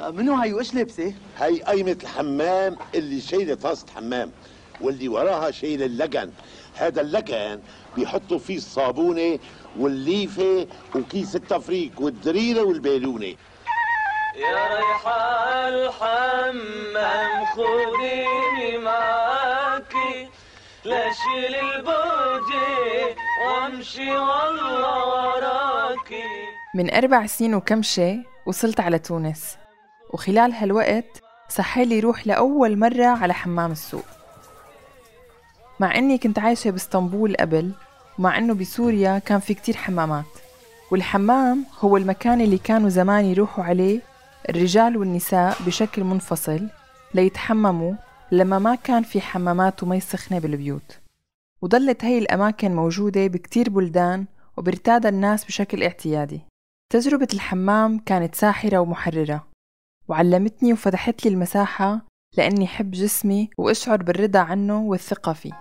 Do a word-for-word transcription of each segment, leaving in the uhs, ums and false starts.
منو هاي وإيش لابسة؟ هاي قايمة الحمام اللي شايلة طاسة حمام، واللي وراها شايل اللجن. هذا اللجن بيحطوا فيه الصابونة والليفة وكيس التفريك والدريرة والبالونة. يا ريحة الحمام خذيني معاكي، لاشيل البوجي وامشي والله وراكي. من أربع سنين وكمشة وصلت على تونس، وخلال هالوقت صحيلي روح لأول مرة على حمام السوق. مع أني كنت عايشة باسطنبول قبل، ومع أنه بسوريا كان في كتير حمامات، والحمام هو المكان اللي كانوا زمان يروحوا عليه الرجال والنساء بشكل منفصل ليتحمموا لما ما كان في حمامات ومي سخنة بالبيوت. وظلت هاي الأماكن موجودة بكتير بلدان وبرتادها الناس بشكل اعتيادي. تجربة الحمام كانت ساحرة ومحررة، وعلمتني وفتحت لي المساحة لأني حب جسمي وأشعر بالرضا عنه والثقة فيه.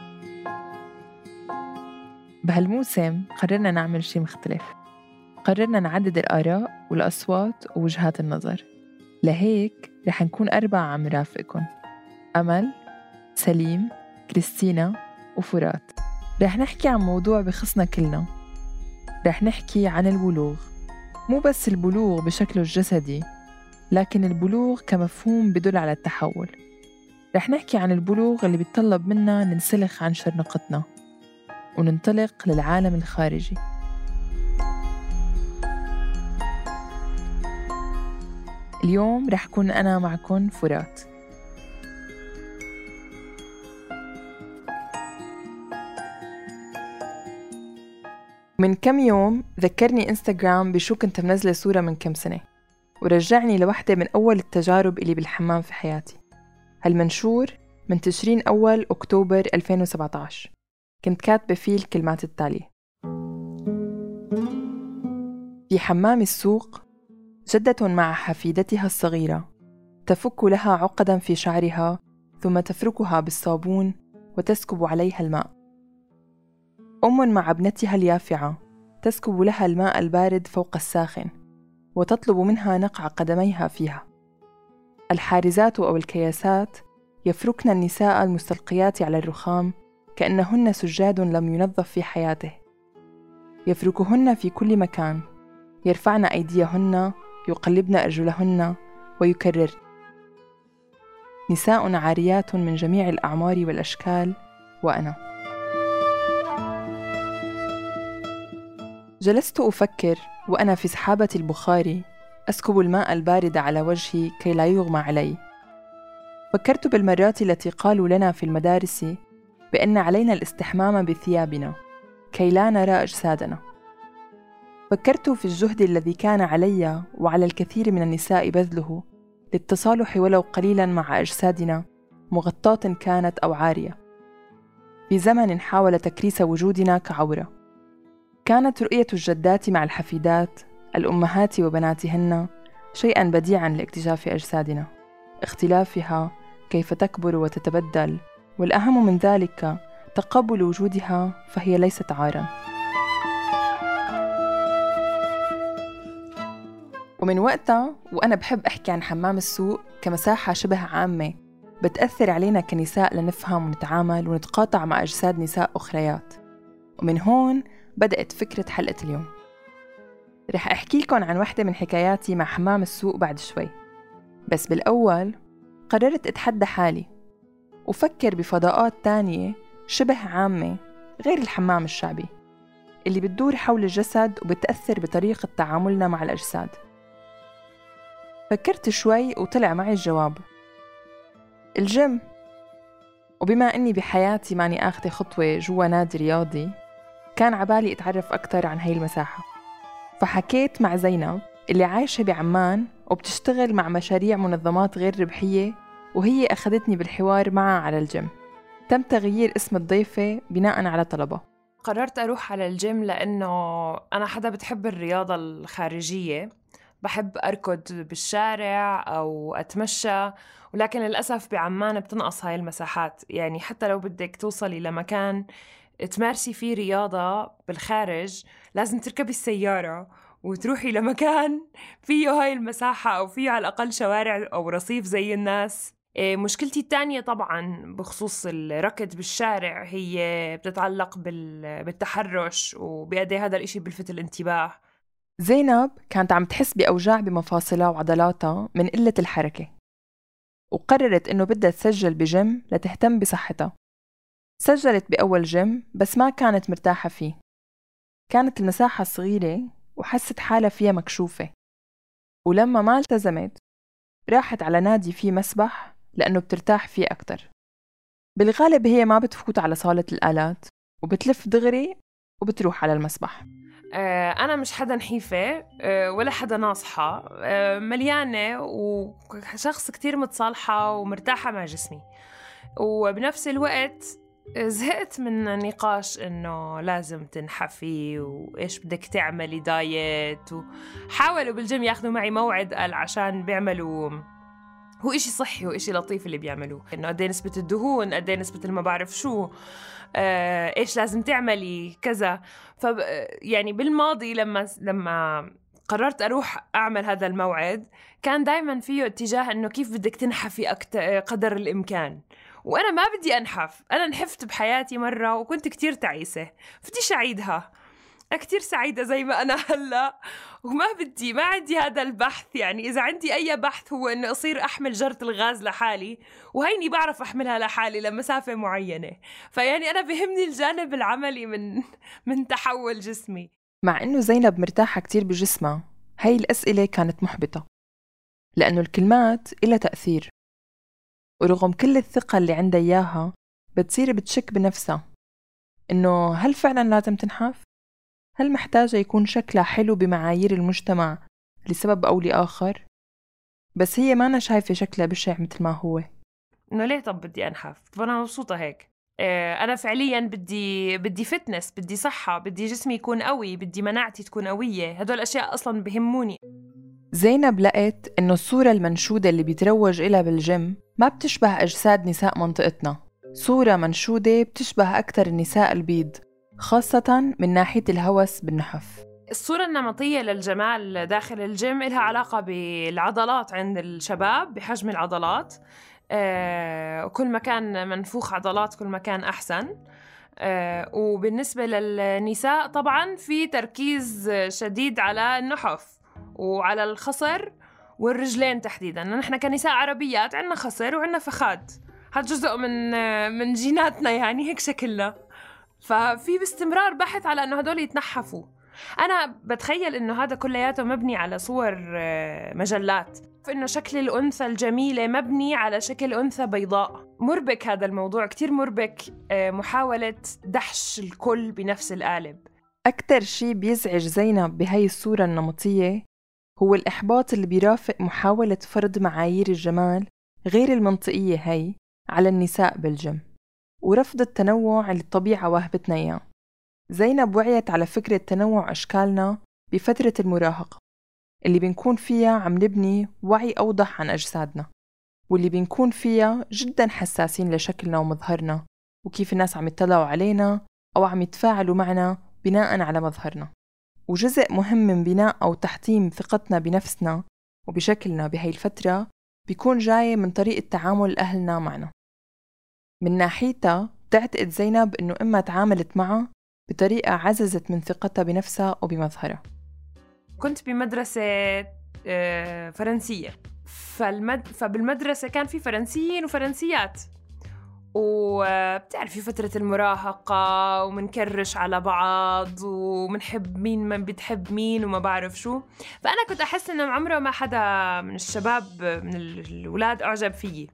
بهالموسم قررنا نعمل شي مختلف، قررنا نعدد الآراء والأصوات ووجهات النظر. لهيك رح نكون أربعة عم نرافقكن: أمل، سليم، كريستينا وفرات. رح نحكي عن موضوع بخصنا كلنا. رح نحكي عن البلوغ، مو بس البلوغ بشكله الجسدي، لكن البلوغ كمفهوم بدل على التحول. رح نحكي عن البلوغ اللي بيتطلب منا ننسلخ عن شرنقتنا وننطلق للعالم الخارجي. اليوم رح كون أنا معكم فرات. من كم يوم ذكرني إنستغرام بشو كنت منزلة صورة من كم سنة، ورجعني لوحدة من أول التجارب اللي بالحمام في حياتي. هالمنشور من تشرين أول أكتوبر ألفين وسبعة عشر. كنت كاتبة فيه الكلمات التالية: في حمام السوق جدة مع حفيدتها الصغيرة تفك لها عقداً في شعرها، ثم تفركها بالصابون وتسكب عليها الماء. أم مع ابنتها اليافعة تسكب لها الماء البارد فوق الساخن وتطلب منها نقع قدميها فيها. الحارزات أو الكياسات يفركن النساء المستلقيات على الرخام كأنهن سجاد لم ينظف في حياته. يفركهن في كل مكان، يرفعن أيديهن، يقلبن أرجلهن ويكررن. نساء عاريات من جميع الأعمار والأشكال، وأنا. جلست أفكر وأنا في سحابة البخاري أسكب الماء البارد على وجهي كي لا يغمى علي. فكرت بالمرات التي قالوا لنا في المدارس بأن علينا الاستحمام بثيابنا كي لا نرى أجسادنا. فكرت في الجهد الذي كان علي وعلى الكثير من النساء بذله للتصالح ولو قليلا مع أجسادنا، مغطاة كانت أو عارية، في زمن حاول تكريس وجودنا كعورة. كانت رؤية الجدات مع الحفيدات، الأمهات وبناتهن، شيئا بديعا لاكتشاف أجسادنا، اختلافها، كيف تكبر وتتبدل، والأهم من ذلك تقبل وجودها، فهي ليست عارا. ومن وقتها وأنا بحب أحكي عن حمام السوق كمساحة شبه عامة بتأثر علينا كنساء لنفهم ونتعامل ونتقاطع مع أجساد نساء أخريات. ومن هون بدأت فكرة حلقة اليوم. رح أحكي لكم عن واحدة من حكاياتي مع حمام السوق بعد شوي، بس بالأول قررت أتحدى حالي وفكر بفضاءات تانية شبه عامة غير الحمام الشعبي اللي بتدور حول الجسد وبتأثر بطريقة تعاملنا مع الأجساد. فكرت شوي وطلع معي الجواب: الجيم. وبما أني بحياتي ماني آخذة خطوة جوا نادي رياضي، كان عبالي أتعرف أكتر عن هاي المساحة. فحكيت مع زينب اللي عايشة بعمان وبتشتغل مع مشاريع منظمات غير ربحية، وهي أخذتني بالحوار معها على الجيم. تم تغيير اسم الضيفة بناء على طلبها. قررت أروح على الجيم لأنه أنا حدا بتحب الرياضة الخارجية، بحب أركض بالشارع أو أتمشى، ولكن للأسف بعمان بتنقص هاي المساحات. يعني حتى لو بدك توصلي لمكان تمارسي فيه رياضة بالخارج لازم تركبي السيارة، وتروحي لمكان فيه هاي المساحة أو فيه على الأقل شوارع أو رصيف زي الناس. مشكلتي الثانية طبعاً بخصوص الركض بالشارع هي بتتعلق بالتحرش وبقد ايه هذا الإشي بلفت الانتباه. زينب كانت عم تحس بأوجاع بمفاصلها وعضلاتها من قلة الحركة، وقررت إنه بدها تسجل بجيم لتهتم بصحتها. سجلت بأول جيم بس ما كانت مرتاحة فيه، كانت المساحة صغيرة وحست حالها فيها مكشوفة. ولما ما التزمت راحت على نادي فيه مسبح لأنه بترتاح فيه أكتر. بالغالب هي ما بتفوت على صالة الآلات وبتلف دغري وبتروح على المسبح. أنا مش حدا نحيفة ولا حدا ناصحة، مليانة وشخص كتير متصالحة ومرتاحة مع جسمي، وبنفس الوقت زهقت من نقاش إنه لازم تنحفي وإيش بدك تعملي دايت. وحاولوا بالجيم ياخدوا معي موعد قال عشان بيعملوا هو إشي صحي وإشي لطيف اللي بيعملوه، إنه قد ايه نسبة الدهون، قد ايه نسبة اللي ما بعرف شو، آه، إيش لازم تعملي كذا. ف يعني بالماضي لما لما قررت أروح أعمل هذا الموعد كان دايما فيه اتجاه إنه كيف بدك تنحفي أكتر قدر الإمكان، وأنا ما بدي أنحف. أنا نحفت بحياتي مرة وكنت كتير تعيسة، بديش أعيدها. أنا كتير سعيدة زي ما أنا هلأ، وما بدي ما عندي هذا البحث. يعني إذا عندي أي بحث هو إنه أصير أحمل جرة الغاز لحالي، وهيني بعرف أحملها لحالي لمسافة معينة. فيعني أنا بهمني الجانب العملي من من تحول جسمي. مع إنه زينب مرتاحة كتير بجسمها، هاي الأسئلة كانت محبطة، لأنه الكلمات إلها تأثير، ورغم كل الثقة اللي عندها إياها بتصير بتشك بنفسها إنه هل فعلاً لازم تنحف؟ هل محتاجة يكون شكلها حلو بمعايير المجتمع لسبب أو لآخر؟ بس هي ما أنا شايفة شكلها بشع مثل ما هو. إنه ليه طب بدي أنحف؟ طب أنا مبسوطة هيك. اه أنا فعلياً بدي بدي فتنس، بدي صحة، بدي جسمي يكون قوي، بدي مناعتي تكون قوية. هدول الأشياء أصلاً بهموني. زينب لقت إنه الصورة المنشودة اللي بيتروج إلها بالجيم ما بتشبه أجساد نساء منطقتنا. صورة منشودة بتشبه أكتر النساء البيض، خاصة من ناحية الهوس بالنحف. الصورة النمطية للجمال داخل الجيم إلها علاقة بالعضلات عند الشباب، بحجم العضلات. آه، وكل ما كان منفوخ عضلات كل ما كان أحسن. آه، وبالنسبة للنساء طبعاً في تركيز شديد على النحف وعلى الخصر والرجلين تحديداً. نحن كنساء عربيات عنا خصر وعنا فخاد، هذا جزء من من جيناتنا، يعني هيك شكلنا. ففي باستمرار بحث على أنه هدول يتنحفوا. أنا بتخيل أنه هذا كلياته مبني على صور مجلات، فإنه شكل الأنثى الجميلة مبني على شكل أنثى بيضاء. مربك هذا الموضوع، كتير مربك، محاولة دحش الكل بنفس القالب. أكتر شي بيزعج زينب بهاي الصورة النمطية هو الإحباط اللي بيرافق محاولة فرض معايير الجمال غير المنطقية هاي على النساء بالجيم، ورفض التنوع اللي الطبيعة واهبتنا إياه. زينب وعيت على فكرة تنوع أشكالنا بفترة المراهقة، اللي بنكون فيها عم نبني وعي أوضح عن أجسادنا، واللي بنكون فيها جداً حساسين لشكلنا ومظهرنا وكيف الناس عم يطلعوا علينا أو عم يتفاعلوا معنا بناءً على مظهرنا. وجزء مهم من بناء أو تحطيم ثقتنا بنفسنا وبشكلنا بهاي الفترة بيكون جاي من طريقة تعامل أهلنا معنا. من ناحيتها تعتقد زينب إنه إما تعاملت معه بطريقة عززت من ثقتها بنفسها وبمظهرها. كنت بمدرسة فرنسية، فالمد... فبالمدرسة كان في فرنسيين وفرنسيات، وبتعرفي فترة المراهقة ومنكرش على بعض ومنحب مين من بتحب مين وما بعرف شو. فأنا كنت أحس إنه عمره ما حدا من الشباب من الولاد أعجب فيي.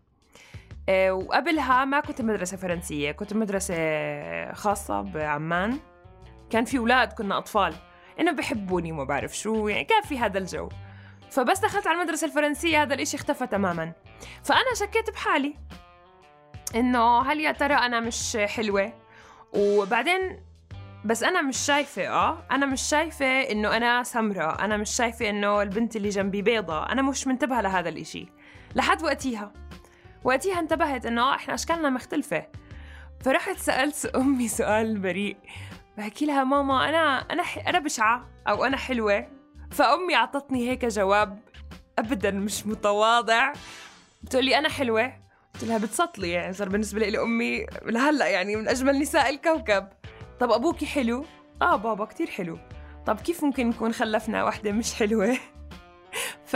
وقبلها ما كنت مدرسة فرنسية، كنت مدرسة خاصة بعمان. كان في أولاد، كنا أطفال، إنه بحبوني وما بعرف شو، يعني كان في هذا الجو. فبس دخلت على المدرسة الفرنسية هذا الإشي اختفى تماماً. فأنا شكيت بحالي إنه هل يا ترى أنا مش حلوة؟ وبعدين بس أنا مش شايفة آه أنا مش شايفة إنه أنا سمرة، أنا مش شايفة إنه البنت اللي جنبي بيضة، أنا مش منتبهة لهذا الإشي لحد وقتيها. وقتيها انتبهت إنه إحنا أشكالنا مختلفة. فرحت سألت أمي سؤال بريء، بحكي لها ماما أنا أنا أنا بشعة أو أنا حلوة؟ فأمي عطتني هيك جواب أبداً مش متواضع، بتقولي أنا حلوة. قلت لها بتسطلي، يعني صار بالنسبة لي أمي لهلأ يعني من أجمل نساء الكوكب. طب أبوكي حلو؟ آه بابا كتير حلو. طب كيف ممكن نكون خلفنا واحدة مش حلوة؟ ف...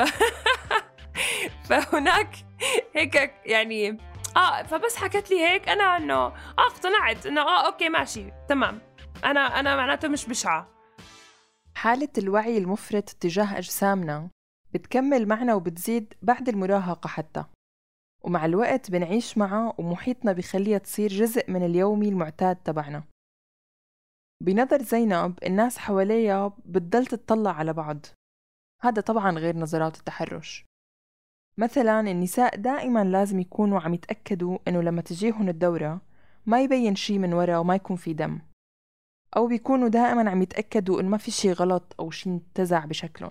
فهناك هيك يعني آه فبس حكت لي هيك أنا إنه آه اقتنعت إنه آه أوكي ماشي تمام، أنا أنا معناته مش بشعة. حالة الوعي المفرط تجاه أجسامنا بتكمل معنا وبتزيد بعد المراهقة حتى، ومع الوقت بنعيش معها ومحيطنا بخليها تصير جزء من اليومي المعتاد تبعنا. بنظر زينب الناس حواليها بتضل تتطلع على بعض، هذا طبعا غير نظرات التحرش. مثلا النساء دائما لازم يكونوا عم يتأكدوا انه لما تجيهن الدورة ما يبين شي من ورا وما يكون في دم، او بيكونوا دائما عم يتأكدوا انه ما في شي غلط او شي انتزع بشكلهم.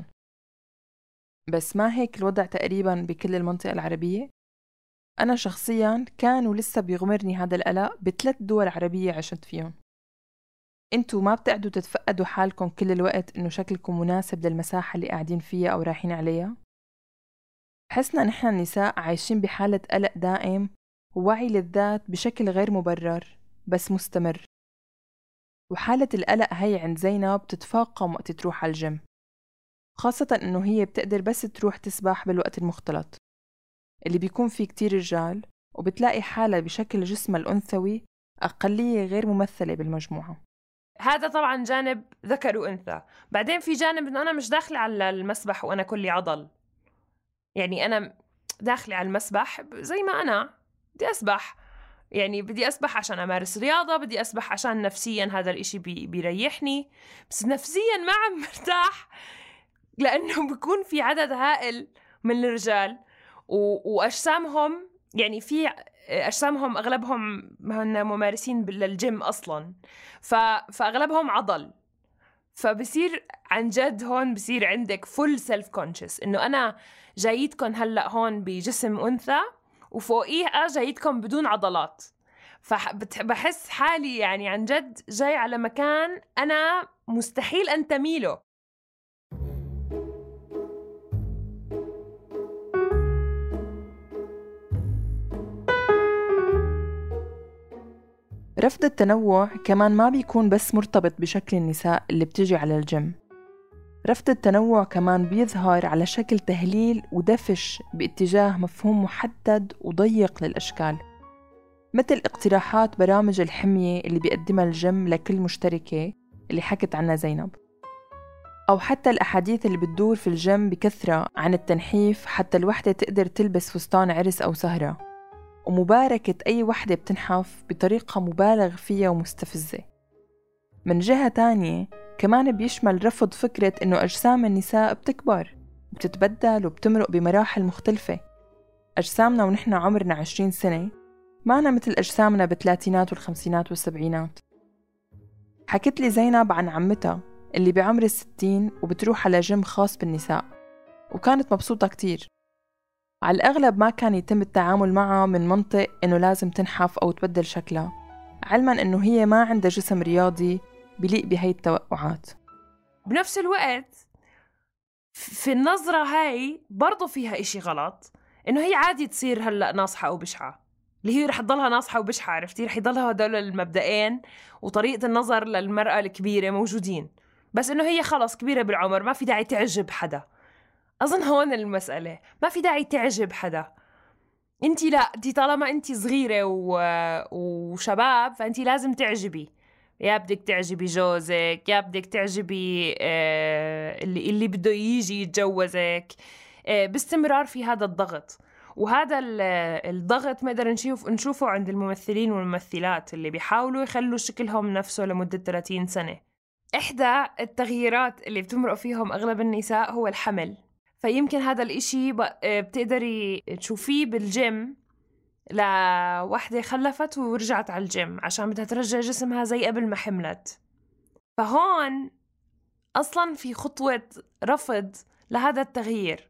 بس ما هيك الوضع تقريبا بكل المنطقة العربية؟ أنا شخصياً كان ولسه بيغمرني هذا القلق بثلاث دول عربية عشت فيهم. انتوا ما بتقعدوا تتفقدوا حالكم كل الوقت إنه شكلكم مناسب للمساحة اللي قاعدين فيها أو رايحين عليها؟ حسنا نحن النساء عايشين بحالة قلق دائم ووعي للذات بشكل غير مبرر بس مستمر. وحالة القلق هي عند زينب تتفاقم وقت تروح على الجيم، خاصة إنه هي بتقدر بس تروح تسبح بالوقت المختلط اللي بيكون فيه كتير رجال، وبتلاقي حالة بشكل جسمها الأنثوي أقلية غير ممثلة بالمجموعة. هذا طبعا جانب ذكر وأنثى. بعدين في جانب إنه أنا مش داخلة على المسبح وأنا كلي عضل، يعني أنا داخلة على المسبح زي ما أنا بدي أسبح، يعني بدي أسبح عشان أمارس رياضة، بدي أسبح عشان نفسيا هذا الإشي بي بيريحني، بس نفسيا ما عم مرتاح لأنه بيكون في عدد هائل من الرجال وأجسامهم، يعني في أجسامهم أغلبهم هن ممارسين للجيم أصلاً، فأغلبهم عضل. فبصير عن جد هون بصير عندك full self conscious إنه أنا جايتكم هلأ هون بجسم أنثى وفوقيه جايتكم بدون عضلات، فبحس حالي يعني عن جد جاي على مكان أنا مستحيل أنتمي له. رفض التنوع كمان ما بيكون بس مرتبط بشكل النساء اللي بتجي على الجيم. رفض التنوع كمان بيظهر على شكل تهليل ودفش باتجاه مفهوم محدد وضيق للأشكال، مثل اقتراحات برامج الحمية اللي بيقدمها الجيم لكل مشتركة اللي حكت عنها زينب، أو حتى الأحاديث اللي بتدور في الجيم بكثرة عن التنحيف حتى الوحدة تقدر تلبس فستان عرس أو سهرة، ومباركة أي وحدة بتنحف بطريقة مبالغ فيها ومستفزة. من جهة تانية كمان بيشمل رفض فكرة إنه أجسام النساء بتكبر وبتتبدل وبتمرق بمراحل مختلفة. أجسامنا ونحن عمرنا عشرين سنة معنا مثل أجسامنا بالثلاثينات والخمسينات والسبعينات. حكت لي زينب عن عمتها اللي بعمر الستين وبتروح على جيم خاص بالنساء، وكانت مبسوطة كتير. على الأغلب ما كان يتم التعامل معها من منطق إنه لازم تنحف أو تبدل شكلها، علماً إنه هي ما عندها جسم رياضي بليق بهاي التوقعات. بنفس الوقت في النظرة هاي برضو فيها إشي غلط، إنه هي عادي تصير هلأ ناصحة أو بشعة، اللي هي رح تضلها ناصحة وبشعة، عرفتي؟ رح يضلها هدول المبدئين وطريقة النظر للمرأة الكبيرة موجودين، بس إنه هي خلص كبيرة بالعمر ما في داعي تعجب حدا. أظن هون المسألة، ما في داعي تعجب حدا. انتي لا، انتي طالما انتي صغيرة و... وشباب فانتي لازم تعجبي، يا بدك تعجبي جوزك، يا بدك تعجبي آه اللي اللي بده يجي يتجوزك. آه باستمرار في هذا الضغط، وهذا الضغط ما نقدر نشوف نشوفه عند الممثلين والممثلات اللي بيحاولوا يخلوا شكلهم نفسه لمدة ثلاثين سنة. إحدى التغييرات اللي بتمرق فيهم أغلب النساء هو الحمل، فيمكن هذا الإشي بتقدري تشوفيه بالجيم لوحدة خلفت ورجعت على الجيم عشان بدها ترجع جسمها زي قبل ما حملت. فهون أصلاً في خطوة رفض لهذا التغيير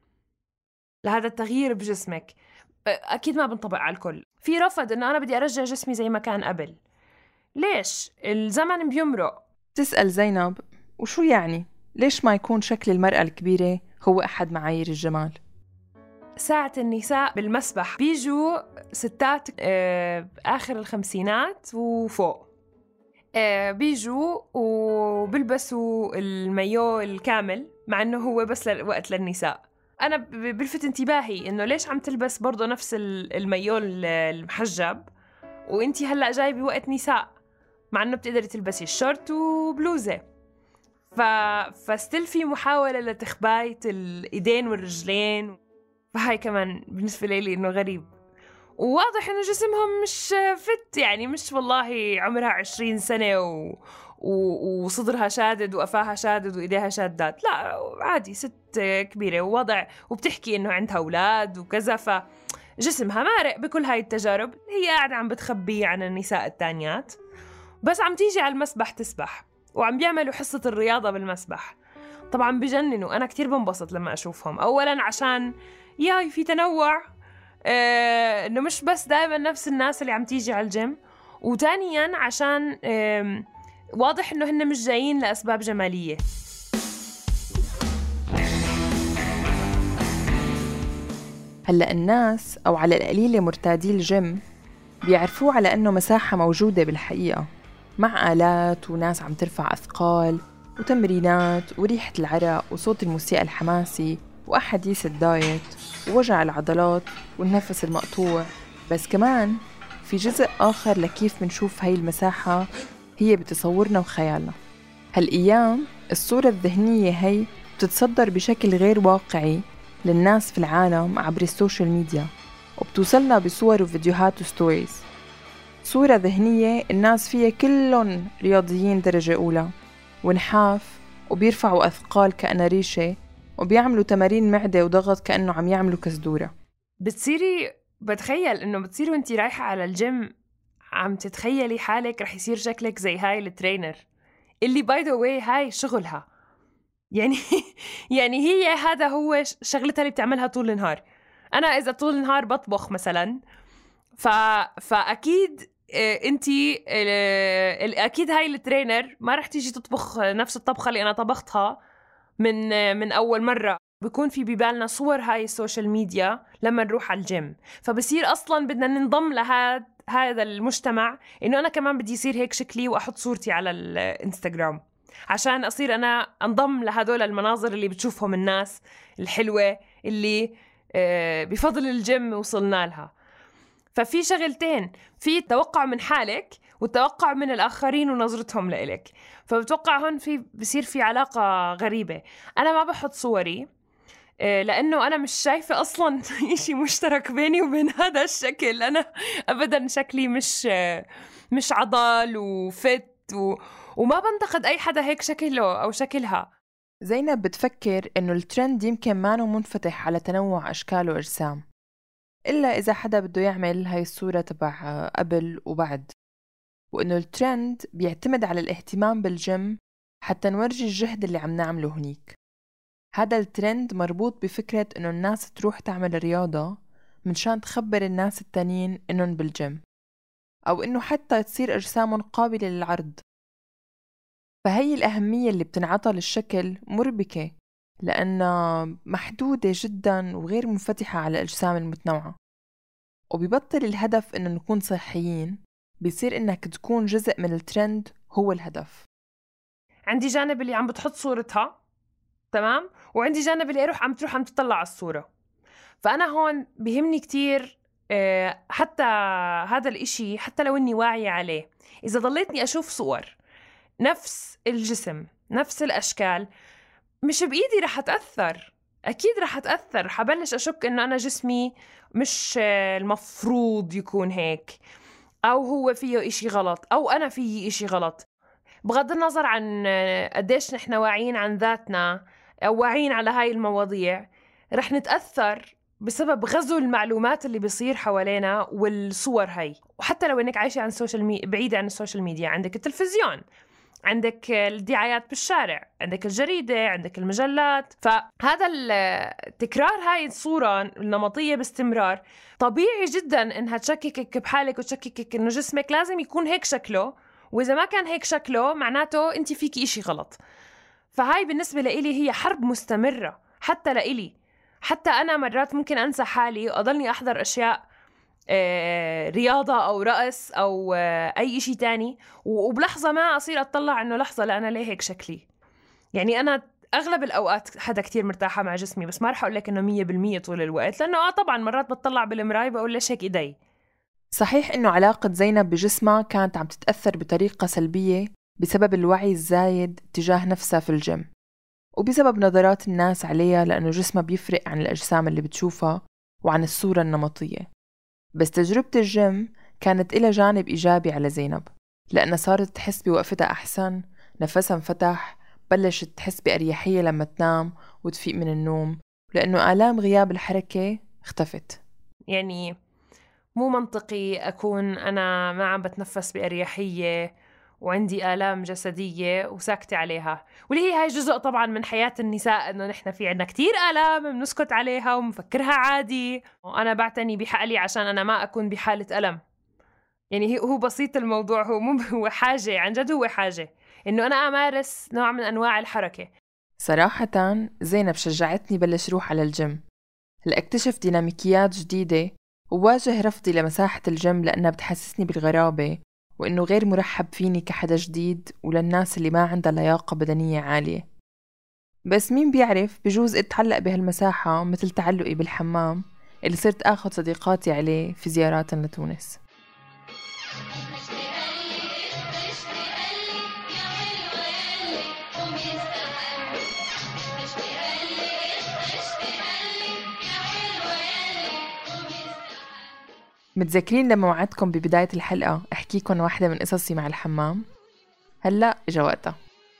لهذا التغيير بجسمك. أكيد ما بنطبق على الكل، في رفض إنه أنا بدي أرجع جسمي زي ما كان قبل. ليش؟ الزمن بيمرق. تسأل زينب وشو يعني؟ ليش ما يكون شكل المرأة الكبيرة هو أحد معايير الجمال؟ ساعة النساء بالمسبح بيجوا ستات آه آخر الخمسينات وفوق، آه بيجوا وبلبسوا المايو الكامل مع أنه هو بس وقت للنساء. أنا بلفت انتباهي إنه ليش عم تلبس برضو نفس المايو المحجب وإنتي هلأ جاي بوقت نساء، مع أنه بتقدري تلبسي الشورت وبلوزة. ف... فستيل في محاولة لتخباية الإيدين والرجلين، فهاي كمان بالنسبة لي إنه غريب. وواضح إنه جسمهم مش فت، يعني مش والله عمرها عشرين سنة و... و... وصدرها شادد وقفاها شادد وإيديها شادات، لا عادي ست كبيرة ووضع وبتحكي إنه عندها أولاد وكذا، فجسمها مارق بكل هاي التجارب. هي قاعدة عم بتخبي عن النساء التانيات، بس عم تيجي على المسبح تسبح وعم بيعملوا حصة الرياضة بالمسبح. طبعا بجننوا، أنا كتير بنبسط لما أشوفهم. أولاً عشان ياي في تنوع، آه إنه مش بس دائما نفس الناس اللي عم تيجي على الجيم، وتانياً عشان آه واضح إنه هن مش جايين لأسباب جمالية. هلأ الناس أو على القليلة مرتادي الجيم بيعرفوه على أنه مساحة موجودة بالحقيقة، مع آلات وناس عم ترفع أثقال وتمرينات وريحة العرق وصوت الموسيقى الحماسي وأحاديث الدايت ووجع العضلات والنفس المقطوع. بس كمان في جزء آخر لكيف منشوف هاي المساحة هي بتصورنا وخيالنا. هالأيام الصورة الذهنية هي بتتصدر بشكل غير واقعي للناس في العالم عبر السوشيال ميديا، وبتوصلنا بصور وفيديوهات وستوريز. صورة ذهنية الناس فيها كلهم رياضيين درجة أولى ونحاف وبيرفعوا أثقال كأنها ريشة وبيعملوا تمارين معدة وضغط كأنه عم يعملوا كزدورة. بتصيري بتخيل إنه بتصيري وانتي رايحة على الجيم عم تتخيلي حالك رح يصير شكلك زي هاي الترينر اللي باي ذا واي هاي شغلها، يعني يعني هي هذا هو شغلتها اللي بتعملها طول النهار. أنا إذا طول النهار بطبخ مثلاً ف... فأكيد انتي أكيد هاي الترينر ما رح تيجي تطبخ نفس الطبخة اللي أنا طبختها من من أول مرة. بيكون في ببالنا صور هاي السوشيال ميديا لما نروح على الجيم، فبصير أصلاً بدنا ننضم لهذا هذا المجتمع، إنه أنا كمان بدي يصير هيك شكلي وأحط صورتي على الإنستغرام عشان أصير أنا أنضم لهدول المناظر اللي بتشوفهم الناس الحلوة اللي بفضل الجيم وصلنا لها. ففي شغلتين، في التوقع من حالك والتوقع من الآخرين ونظرتهم لإلك. فبتوقع هون في بصير في علاقة غريبة. أنا ما بحط صوري لأنه أنا مش شايفة أصلاً إشي مشترك بيني وبين هذا الشكل. أنا أبداً شكلي مش مش عضل وفت و... وما بنتقد أي حدا هيك شكله أو شكلها. زينب بتفكر إنه الترند يمكن مانو منفتح على تنوع أشكال وأجسام، إلا إذا حدا بده يعمل هاي الصورة تبع قبل وبعد، وإنه الترند بيعتمد على الاهتمام بالجيم حتى نورجي الجهد اللي عم نعمله هنيك. هذا الترند مربوط بفكرة إنه الناس تروح تعمل رياضة منشان تخبر الناس التانيين إنهم بالجيم، أو إنه حتى تصير أجسامهم قابلة للعرض. فهي الأهمية اللي بتنعطى للشكل مربكة لأنها محدودة جداً وغير منفتحة على الأجسام المتنوعة، وبيبطل الهدف إنه نكون صحيين، بيصير إنك تكون جزء من الترند هو الهدف. عندي جانب اللي عم بتحط صورتها تمام، وعندي جانب اللي أروح عم تروح عم تطلع على الصورة. فأنا هون بيهمني كتير حتى هذا الإشي، حتى لو إني واعية عليه، إذا ضليتني أشوف صور نفس الجسم نفس الأشكال مش بإيدي رح أتأثر، أكيد رح أتأثر، حبلش أشك إنه أنا جسمي مش المفروض يكون هيك، أو هو فيه إشي غلط، أو أنا فيه إشي غلط. بغض النظر عن قديش نحن واعيين عن ذاتنا أو واعيين على هاي المواضيع، رح نتأثر بسبب غزو المعلومات اللي بيصير حوالينا والصور هاي. وحتى لو إنك عايشة عن السوشيال مي... بعيدة عن السوشيال ميديا، عندك التلفزيون، عندك الدعايات بالشارع، عندك الجريدة، عندك المجلات. فهذا التكرار هاي الصورة النمطية باستمرار طبيعي جدا إنها تشككك بحالك وتشككك إنه جسمك لازم يكون هيك شكله، وإذا ما كان هيك شكله معناته أنت فيكي إشي غلط. فهاي بالنسبة لإلي هي حرب مستمرة حتى لإلي. حتى أنا مرات ممكن أنسى حالي وأضلني أحضر أشياء آه رياضة أو رقص أو آه أي إشي تاني، وبلحظة ما أصير أطلع إنه لحظة لا أنا ليه هيك شكلي. يعني أنا أغلب الأوقات حدا كتير مرتاحة مع جسمي، بس ما رح أقول لك إنه مية بالمية طول الوقت، لأنه آه طبعا مرات بتطلع بالمراية بقول ليش هيك إيدي. صحيح إنه علاقة زينب بجسمها كانت عم تتأثر بطريقة سلبية بسبب الوعي الزايد تجاه نفسها في الجيم، وبسبب نظرات الناس عليها لأنه جسمها بيفرق عن الأجسام اللي بتشوفها وعن الصورة النمطية. بس تجربة الجيم كانت إلها جانب إيجابي على زينب، لأنها صارت تحس بوقفتها أحسن، نفسها انفتح، بلشت تحس بأريحية لما تنام وتفيق من النوم، لأنه آلام غياب الحركة اختفت. يعني مو منطقي أكون أنا ما عم بتنفس بأريحية وعندي آلام جسدية وساكتة عليها، واللي هي هاي جزء طبعا من حياة النساء، إنه نحن في عنا كتير آلام بنسكت عليها ومفكرها عادي، وأنا بعتني بحقلي عشان أنا ما أكون بحالة ألم. يعني هو بسيط الموضوع، هو مو هو حاجة، عن جد هو حاجة إنه أنا أمارس نوع من أنواع الحركة. صراحة زينب شجعتني بلش روح على الجيم لأكتشف ديناميكيات جديدة وواجه رفضي لمساحة الجيم، لأنها بتحسسني بالغرابة وإنه غير مرحب فيني كحدا جديد وللناس اللي ما عندها لياقة بدنية عالية. بس مين بيعرف، بجوز اتعلق بهالمساحة مثل تعلقي بالحمام اللي صرت آخذ صديقاتي عليه في زيارات لتونس. متذكرين لما وعدتكم ببداية الحلقة أحكيكم واحدة من قصصي مع الحمام؟ هلأ إجا وقتها.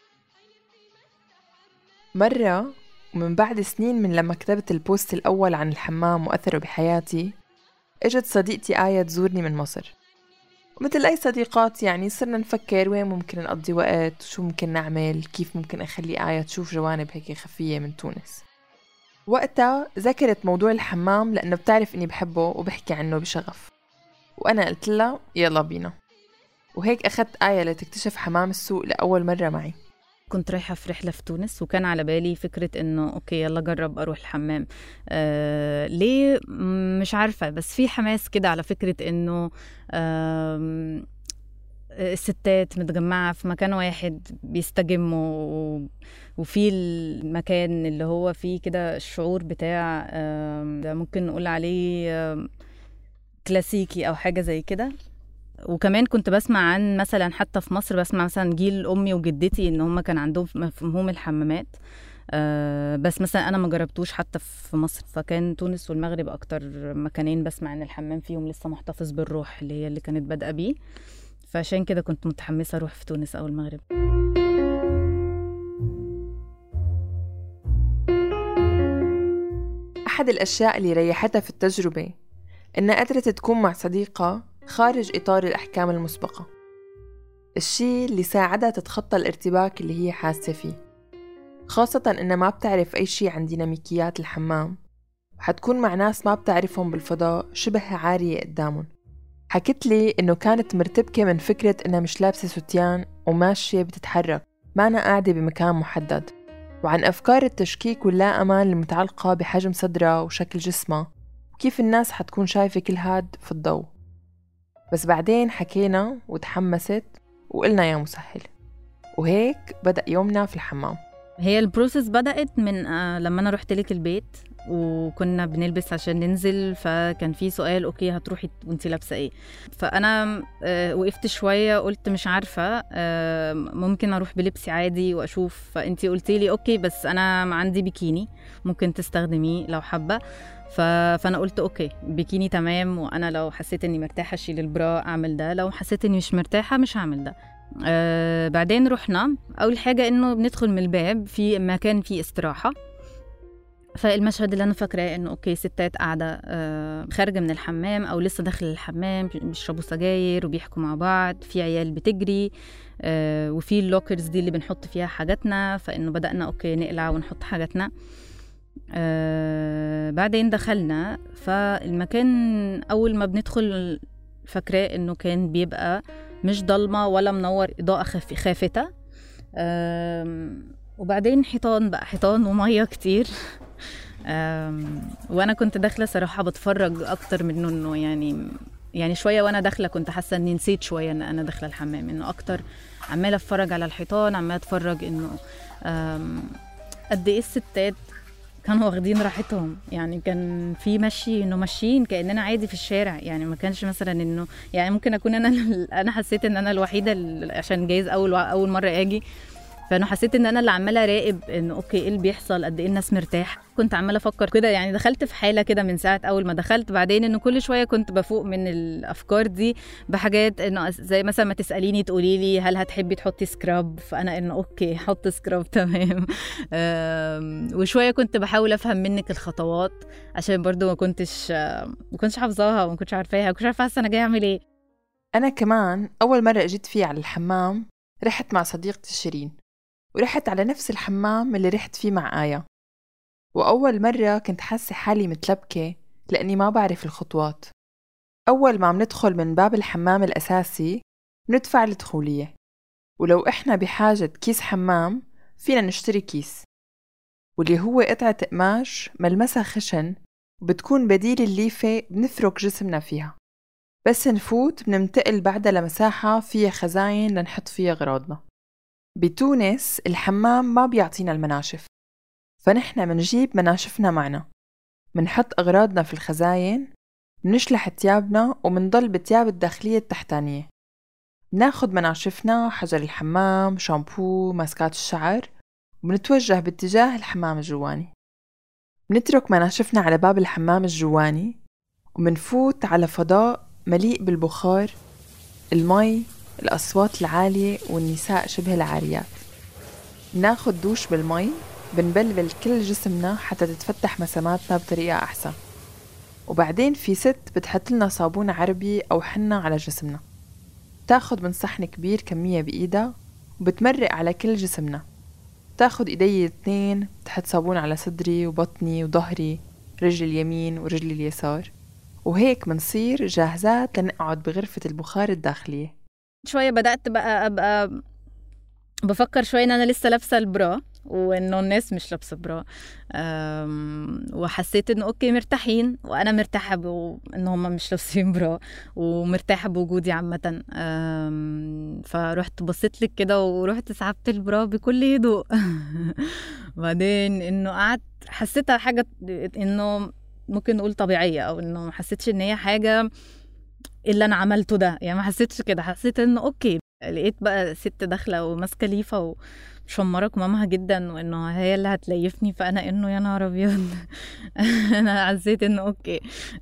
مرة ومن بعد سنين من لما كتبت البوست الأول عن الحمام وأثره بحياتي، إجت صديقتي آية تزورني من مصر، ومثل أي صديقات يعني صرنا نفكر وين ممكن نقضي وقت وشو ممكن نعمل، كيف ممكن أخلي آية تشوف جوانب هيك خفية من تونس. وقتها ذكرت موضوع الحمام لأنه بتعرف إني بحبه وبحكي عنه بشغف، وأنا قلت لها يلا بينا، وهيك أخذت آية لتكتشف حمام السوق لأول مرة معي. كنت رايحة في رحلة في تونس وكان على بالي فكرة إنه أوكي يلا جرب أروح الحمام. آه ليه مش عارفة، بس في حماس كده على فكرة إنه آه الستات متجمعة في مكان واحد بيستجموا، وفي المكان اللي هو فيه كده الشعور بتاع آه ده ممكن نقول عليه آه كلاسيكي أو حاجة زي كده. وكمان كنت بسمع عن مثلا حتى في مصر بسمع مثلا جيل أمي وجدتي إن هم كان عندهم مفهوم الحمامات، أه بس مثلا أنا ما جربتوش حتى في مصر. فكان تونس والمغرب أكتر مكانين بسمع إن الحمام فيهم لسه محتفظ بالروح اللي هي اللي كانت بادئة بيه، فعشان كده كنت متحمسة أروح في تونس أو المغرب. أحد الأشياء اللي ريحتها في التجربة إنها قدرت تكون مع صديقة خارج إطار الأحكام المسبقة، الشيء اللي ساعدها تتخطى الارتباك اللي هي حاسة فيه، خاصة إنها ما بتعرف أي شيء عن ديناميكيات الحمام، وحتكون مع ناس ما بتعرفهم بالفضاء شبه عارية قدامهم. حكت لي إنه كانت مرتبكة من فكرة إنها مش لابسة ستيان وماشية بتتحرك، ما أنا قاعدة بمكان محدد، وعن أفكار التشكيك واللا أمان المتعلقة بحجم صدرها وشكل جسمها وكيف الناس حتكون شايفة كل هاد في الضوء. بس بعدين حكينا وتحمست وقلنا يا مسهل، وهيك بدأ يومنا في الحمام. هي البروسيس بدأت من آه لما أنا رحت لك البيت وكنا بنلبس عشان ننزل، فكان في سؤال أوكي هتروحي وانتي لابسة ايه؟ فأنا آه وقفت شوية قلت مش عارفة، آه ممكن أروح بلبسي عادي وأشوف. فأنتي قلتي لي أوكي بس أنا عندي بيكيني ممكن تستخدميه لو حابة. ف... فأنا قلت أوكي بيكيني تمام، وأنا لو حسيت أني مرتاحة أشيل البرا أعمل ده، لو حسيت أني مش مرتاحة مش هعمل ده. آه بعدين رحنا، أول حاجة إنه بندخل من الباب في مكان فيه استراحة. فالمشهد اللي أنا فاكراه إنه أوكي ستات قاعدة آه خارجة من الحمام أو لسه داخل الحمام بيشربوا سجاير وبيحكوا مع بعض، في عيال بتجري آه وفي اللوكرز دي اللي بنحط فيها حاجاتنا، فإنه بدأنا أوكي نقلع ونحط حاجاتنا. آه بعدين دخلنا، فالمكان أول ما بندخل فاكراه إنه كان بيبقى مش ضلمة ولا منور، إضاءة خافتة. آه وبعدين حيطان بقى، حيطان وميه كتير. وانا كنت داخله صراحه بتفرج اكتر من انه يعني يعني شويه وانا داخله كنت حاسه اني نسيت شويه ان انا داخله الحمام، انه اكتر عماله اتفرج على الحيطان، عماله اتفرج انه قد ايه الستات كانوا واخدين راحتهم. يعني كان في مشي انه ماشيين كاننا عادي في الشارع، يعني ما كانش مثلا انه يعني ممكن اكون انا انا حسيت ان انا الوحيده عشان جايز اول اول مره اجي، فانا حسيت ان انا اللي عماله اراقب انه اوكي ايه اللي بيحصل، قد ايه الناس مرتاح. كنت عماله افكر كده، يعني دخلت في حاله كده من ساعه اول ما دخلت. بعدين انه كل شويه كنت بفوق من الافكار دي بحاجات، انه زي مثلا ما تساليني تقولي لي هل هتحبي تحطي سكراب، فانا انه اوكي حط سكراب تمام. وشويه كنت بحاول افهم منك الخطوات عشان برضو ما كنتش ما كنتش حافظاها وما كنتش عارفاها، ما كنتش عارفه انا جايه اعمل ايه. انا كمان اول مره اجيت فيه على الحمام رحت مع صديقتي شيرين، ورحت على نفس الحمام اللي رحت فيه مع آية. وأول مرة كنت حاسة حالي متلبكة لأني ما بعرف الخطوات. أول ما عم ندخل من باب الحمام الأساسي ندفع الدخولية، ولو إحنا بحاجة كيس حمام فينا نشتري كيس، واللي هو قطعة قماش ملمسها خشن وبتكون بديل الليفة بنفرك جسمنا فيها. بس نفوت بنمتقل بعدها لمساحة فيها خزاين لنحط فيها أغراضنا. بتونس الحمام ما بيعطينا المناشف، فنحن منجيب مناشفنا معنا، منحط أغراضنا في الخزاين، منشلح تيابنا ومنضل بتياب الداخلية التحتانية. مناخد مناشفنا، حجر الحمام، شامبو، ماسكات الشعر، ومنتوجه باتجاه الحمام الجواني. منترك مناشفنا على باب الحمام الجواني ومنفوت على فضاء مليء بالبخار، المي، الأصوات العالية والنساء شبه العاريات. ناخد دوش بالمي، بنبلبل كل جسمنا حتى تتفتح مساماتنا بطريقة أحسن، وبعدين في ست بتحط لنا صابون عربي أو حنة على جسمنا. تاخد من صحن كبير كمية بإيدها وبتمرق على كل جسمنا. تاخد إيدي الاثنين بتحط صابون على صدري وبطني وظهري، رجلي اليمين ورجلي اليسار، وهيك منصير جاهزات لنقعد بغرفة البخار الداخلية. شوية بدأت بقى أبقى بفكر شوية إن أنا لسه لابسة البرا وإنه الناس مش لابسة برا، وحسيت إنه أوكي مرتاحين وأنا مرتاحة بإنه هم مش لابسين برا ومرتاحة بوجودي عامة. فرحت بصيت لك كده ورحت سحبت البرا بكل هدوء. بعدين إنه قعدت حسيتها حاجة إنه ممكن نقول طبيعية، أو إنه ما حسيتش إن هي حاجة اللي أنا عملته ده، يعني ما حسيتش كده. حسيت إنه أوكي، لقيت بقى ست داخلة وماسكة ليفة ومشمرة كمامها جدا وإنه هي اللي هتليفني، فأنا إنه يا نهار أبيض. أنا حسيت إنه أوكي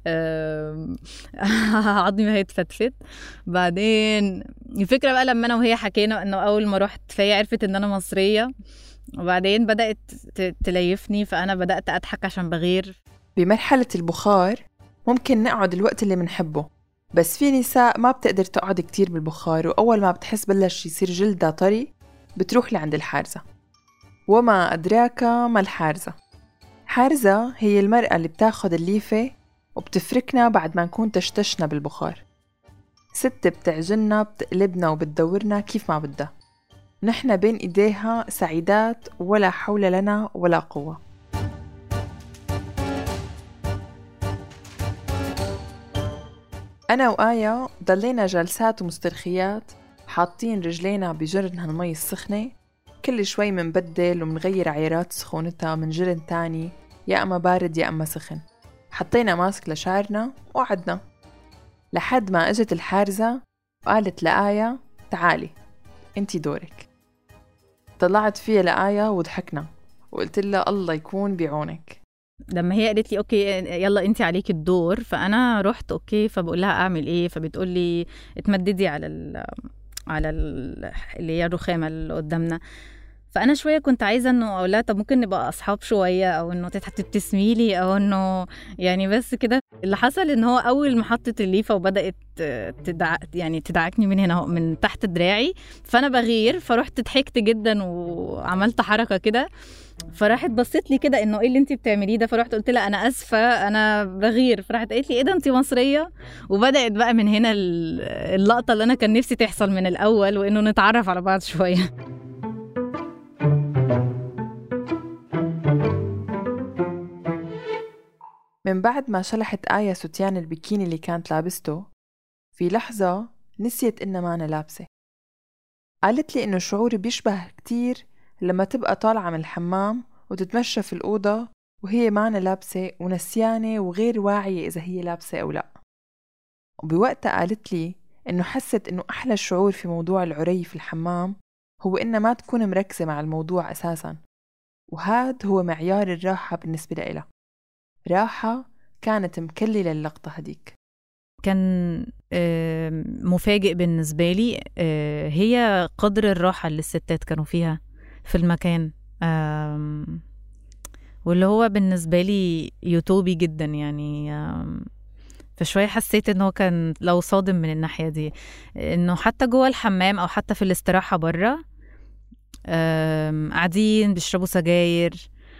عظمي هيتفتفت. بعدين الفكرة بقى لما أنا وهي حكينا إنه أول ما رحت فهي عرفت إن أنا مصرية، وبعدين بدأت تليفني فأنا بدأت أضحك عشان بغير. بمرحلة البخار ممكن نقعد الوقت اللي منحبه، بس في نساء ما بتقدر تقعد كتير بالبخار، وأول ما بتحس بلش يصير جلدها طري بتروح لعند الحارزة. وما أدراك ما الحارزة؟ حارزة هي المرأة اللي بتاخد الليفة وبتفركنا بعد ما نكون تشتشنا بالبخار. ست بتعجلنا، بتقلبنا وبتدورنا كيف ما بدها. نحن بين إيديها سعيدات ولا حول لنا ولا قوة. أنا وآية ضلينا جلسات ومسترخيات حاطين رجلينا بجرن هالمي السخنة، كل شوي منبدل ومنغير عيارات سخونتها من جرن تاني، يا أما بارد يا أما سخن. حطينا ماسك لشعرنا وقعدنا لحد ما أجت الحارزة وقالت لآية تعالي انتي دورك. طلعت فيها لآية وضحكنا وقلت لها الله يكون بعونك. لما هي قالت لي اوكي يلا انت عليك الدور، فانا رحت اوكي، فبقول لها اعمل ايه، فبتقول لي اتمددي على ال على ال اللي هي الرخامه اللي قدامنا. فانا شويه كنت عايزه انه اقول لها طب ممكن نبقى اصحاب شويه، او انه تبتسمي لي، او انه يعني بس كده. اللي حصل ان هو اول ما حطت الليفه وبدات تدع يعني تدعكني من هنا من تحت دراعي، فانا بغير، فرحت ضحكت جدا وعملت حركه كده، فراحت بصيت لي كده انه ايه اللي انت بتعمليه ده، فرحت قلت لها انا اسفه انا بغير. فراحت قالت لي ايه ده انت مصريه؟ وبدات بقى من هنا اللقطه اللي انا كان نفسي تحصل من الاول، وانه نتعرف على بعض شويه. من بعد ما شلحت آية ستيان البيكيني اللي كانت لابسته، في لحظة نسيت إنها ما أنا لابسة. قالت لي إنه شعوري بيشبه كتير لما تبقى طالعة من الحمام وتتمشى في الأوضة وهي ما أنا لابسة ونسيانة وغير واعية إذا هي لابسة أو لأ. وبوقتها قالت لي إنه حست إنه أحلى شعور في موضوع العري في الحمام هو إنها ما تكون مركزة مع الموضوع أساساً، وهذا هو معيار الراحة بالنسبة لها. راحة كانت مكللة اللقطة هديك. كان مفاجئ بالنسبة لي هي قدر الراحة اللي الستات كانوا فيها في المكان، واللي هو بالنسبة لي يوتوبي جدا يعني. فشوية حسيت انه كان لو صادم من الناحية دي، انه حتى جوه الحمام او حتى في الاستراحة برا قاعدين بيشربوا سجاير،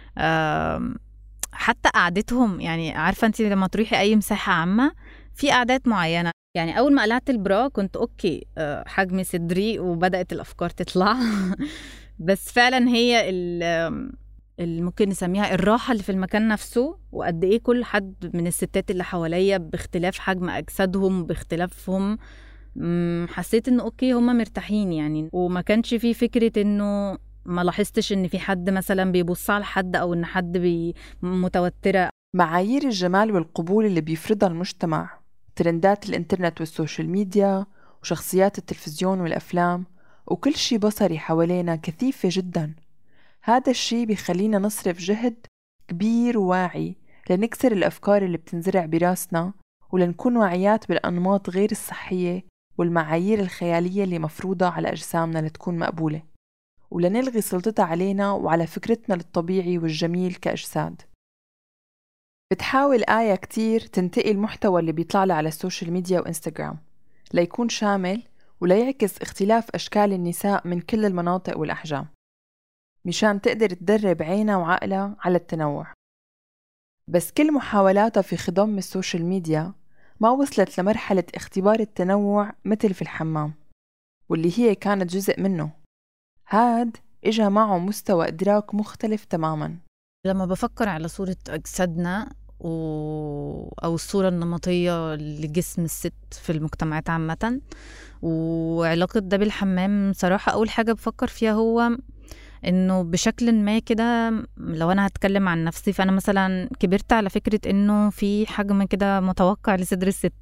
حتى قعدتهم يعني. عارفة انت لما تروحي اي مساحة عامة في قعدات معينة، يعني اول ما قلعت البرا كنت اوكي حجم صدري وبدأت الافكار تطلع بس فعلا هي اللي ممكن نسميها الراحة اللي في المكان نفسه، وقد ايه كل حد من الستات اللي حواليا باختلاف حجم اجسادهم باختلافهم حسيت انه اوكي هما مرتاحين يعني. وما كانش فيه فكرة انه ما لاحظتش ان في حد مثلا بيبص على حد او ان حد بي متوترة. معايير الجمال والقبول اللي بيفرضها المجتمع، ترندات الانترنت والسوشيال ميديا وشخصيات التلفزيون والأفلام وكل شي بصري حوالينا كثيفة جدا. هذا الشي بيخلينا نصرف جهد كبير وواعي لنكسر الأفكار اللي بتنزرع براسنا، ولنكون واعيات بالأنماط غير الصحية والمعايير الخيالية اللي مفروضة على أجسامنا لتكون مقبولة، ولنلغي سلطتها علينا وعلى فكرتنا للطبيعي والجميل كأجساد. بتحاول آية كتير تنتقي المحتوى اللي بيطلع لها على السوشيال ميديا وإنستغرام ليكون شامل وليعكس اختلاف أشكال النساء من كل المناطق والأحجام، مشان تقدر تدرب عينها وعقلها على التنوع. بس كل محاولاتها في خضم السوشيال ميديا ما وصلت لمرحلة اختبار التنوع مثل في الحمام، واللي هي كانت جزء منه. هاد إجا معه مستوى إدراك مختلف تماماً. لما بفكر على صورة أجسادنا و... أو الصورة النمطية لجسم الست في المجتمعات عامة وعلاقة ده بالحمام، صراحة أول حاجة بفكر فيها هو انه بشكل ما كده، لو انا هتكلم عن نفسي فانا مثلا كبرت على فكرة انه في حجم كده متوقع لصدر الست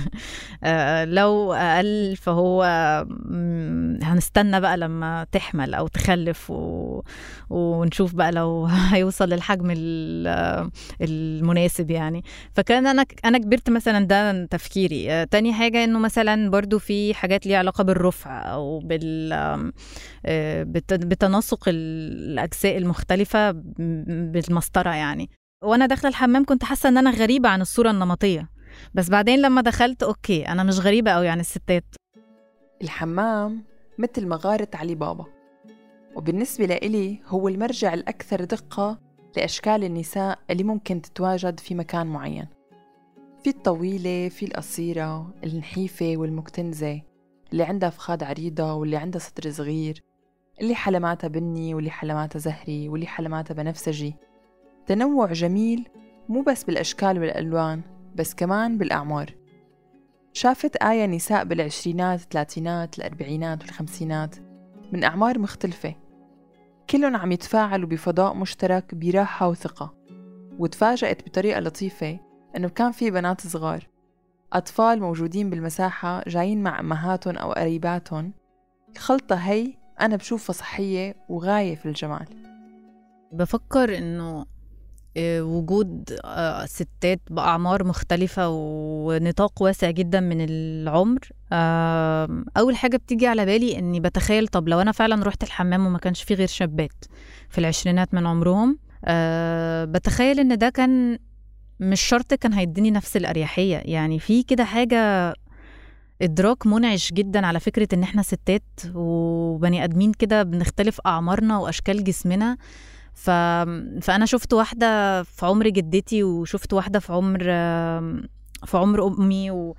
لو اقل فهو هنستنى بقى لما تحمل او تخلف و... ونشوف بقى لو هيوصل للحجم المناسب يعني. فكان انا انا كبرت مثلا ده تفكيري. تاني حاجة انه مثلا برضو في حاجات ليها علاقة بالرفع او بال بتناسق الأجزاء المختلفة بالمسطرة يعني. وأنا داخلة الحمام كنت حاسة أن أنا غريبة عن الصورة النمطية، بس بعدين لما دخلت أوكي أنا مش غريبة أوي عن الستات. الحمام مثل مغارة علي بابا، وبالنسبة لإلي هو المرجع الأكثر دقة لأشكال النساء اللي ممكن تتواجد في مكان معين. في الطويلة، في القصيرة، النحيفة والمكتنزة، اللي عندها فخاد عريضة واللي عندها صدر صغير، اللي حلماتها بني واللي حلماتها زهري واللي حلماتها بنفسجي. تنوع جميل مو بس بالأشكال والألوان بس كمان بالأعمار. شافت آية نساء بالعشرينات، الثلاثينات، الأربعينات والخمسينات من أعمار مختلفة، كلهم عم يتفاعلوا بفضاء مشترك براحة وثقة. وتفاجأت بطريقة لطيفة أنه كان في بنات صغار، أطفال موجودين بالمساحة جايين مع أمهاتهم أو قريباتهم. الخلطة هي أنا بشوفها صحية وغاية في الجمال. بفكر إنه وجود ستات بأعمار مختلفة ونطاق واسع جدا من العمر، أول حاجة بتيجي على بالي إني بتخيل طب لو أنا فعلا رحت الحمام وما كانش فيه غير شابات في العشرينات من عمرهم، بتخيل إن ده كان مش شرط كان هيديني نفس الأريحية. يعني في كده حاجة إدراك منعش جدا على فكرة إن إحنا ستات وبني أدمين كده بنختلف أعمارنا وأشكال جسمنا. ف... فأنا شفت واحدة في عمر جدتي وشفت واحدة في عمر في عمر أمي و...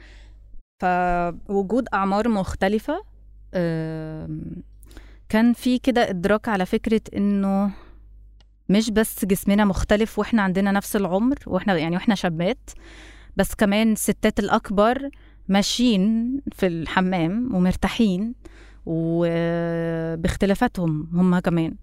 فوجود أعمار مختلفة كان في كده إدراك على فكرة إنه مش بس جسمنا مختلف وإحنا عندنا نفس العمر وإحنا يعني وإحنا شابات، بس كمان الستات الأكبر ماشيين في الحمام ومرتاحين وباختلافاتهم هم كمان.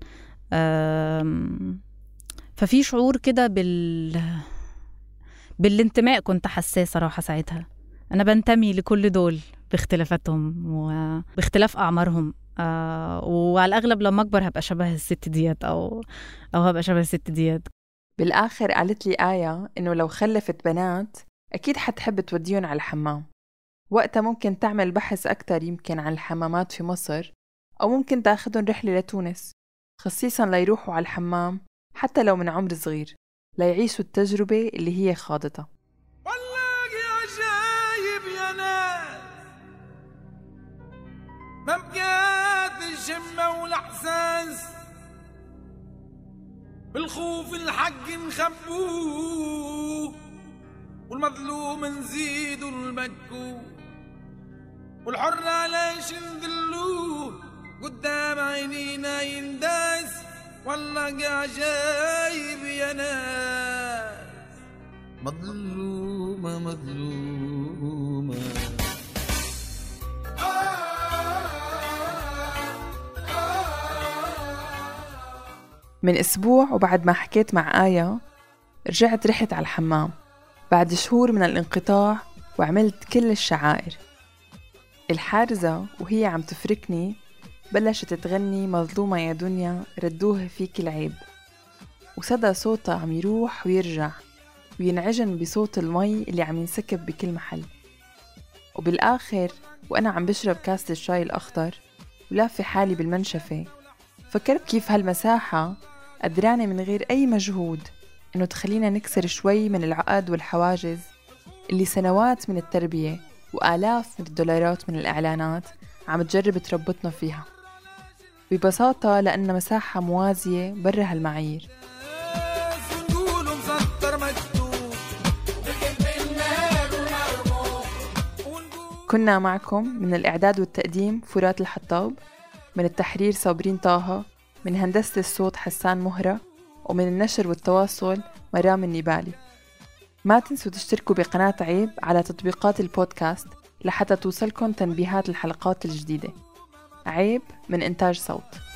ففي شعور كده بال بالانتماء كنت حساه صراحة ساعتها. أنا بنتمي لكل دول باختلافاتهم وباختلاف أعمارهم. آه وعلى الأغلب لما أكبر هبقى شبه الست ديات أو أو هبقى شبه الست ديات. بالآخر قالت لي آية إنه لو خلفت بنات أكيد حتحب توديهم على الحمام. وقتها ممكن تعمل بحث أكتر يمكن عن الحمامات في مصر، أو ممكن تاخدهم رحلة لتونس خصيصاً ليروحوا على الحمام حتى لو من عمر صغير، ليعيشوا التجربة اللي هي خاضتها. والله عجايب يا ناس، ما بقات الشمة والإحساس، بالخوف الحق نخبوه، والمظلوم نزيدوا المكوه، والحر ليش نذلوه قدام عينينا ينداس. والله عجايب يا ناس، مظلومة مظلومة. من أسبوع وبعد ما حكيت مع آية رجعت رحت على الحمام بعد شهور من الانقطاع وعملت كل الشعائر. الحارزة وهي عم تفركني بلشت تغني مظلومة يا دنيا ردوه فيك العيب، وصدى صوتها عم يروح ويرجع وينعجن بصوت المي اللي عم ينسكب بكل محل. وبالآخر وأنا عم بشرب كاسة الشاي الأخضر ولافة حالي بالمنشفة فكرت كيف هالمساحة قدرانة من غير أي مجهود إنه تخلينا نكسر شوي من العقد والحواجز اللي سنوات من التربية وآلاف من الدولارات من الإعلانات عم تجرب تربطنا فيها. ببساطة لأن مساحة موازية برا هالمعايير. كنا معكم من الإعداد والتقديم فرات الحطاب، من التحرير صابرين طه، من هندسة الصوت حسان مهرة، ومن النشر والتواصل مرام النبالي. ما تنسوا تشتركوا بقناة عيب على تطبيقات البودكاست لحتى توصلكم تنبيهات الحلقات الجديدة. عيب من إنتاج صوت.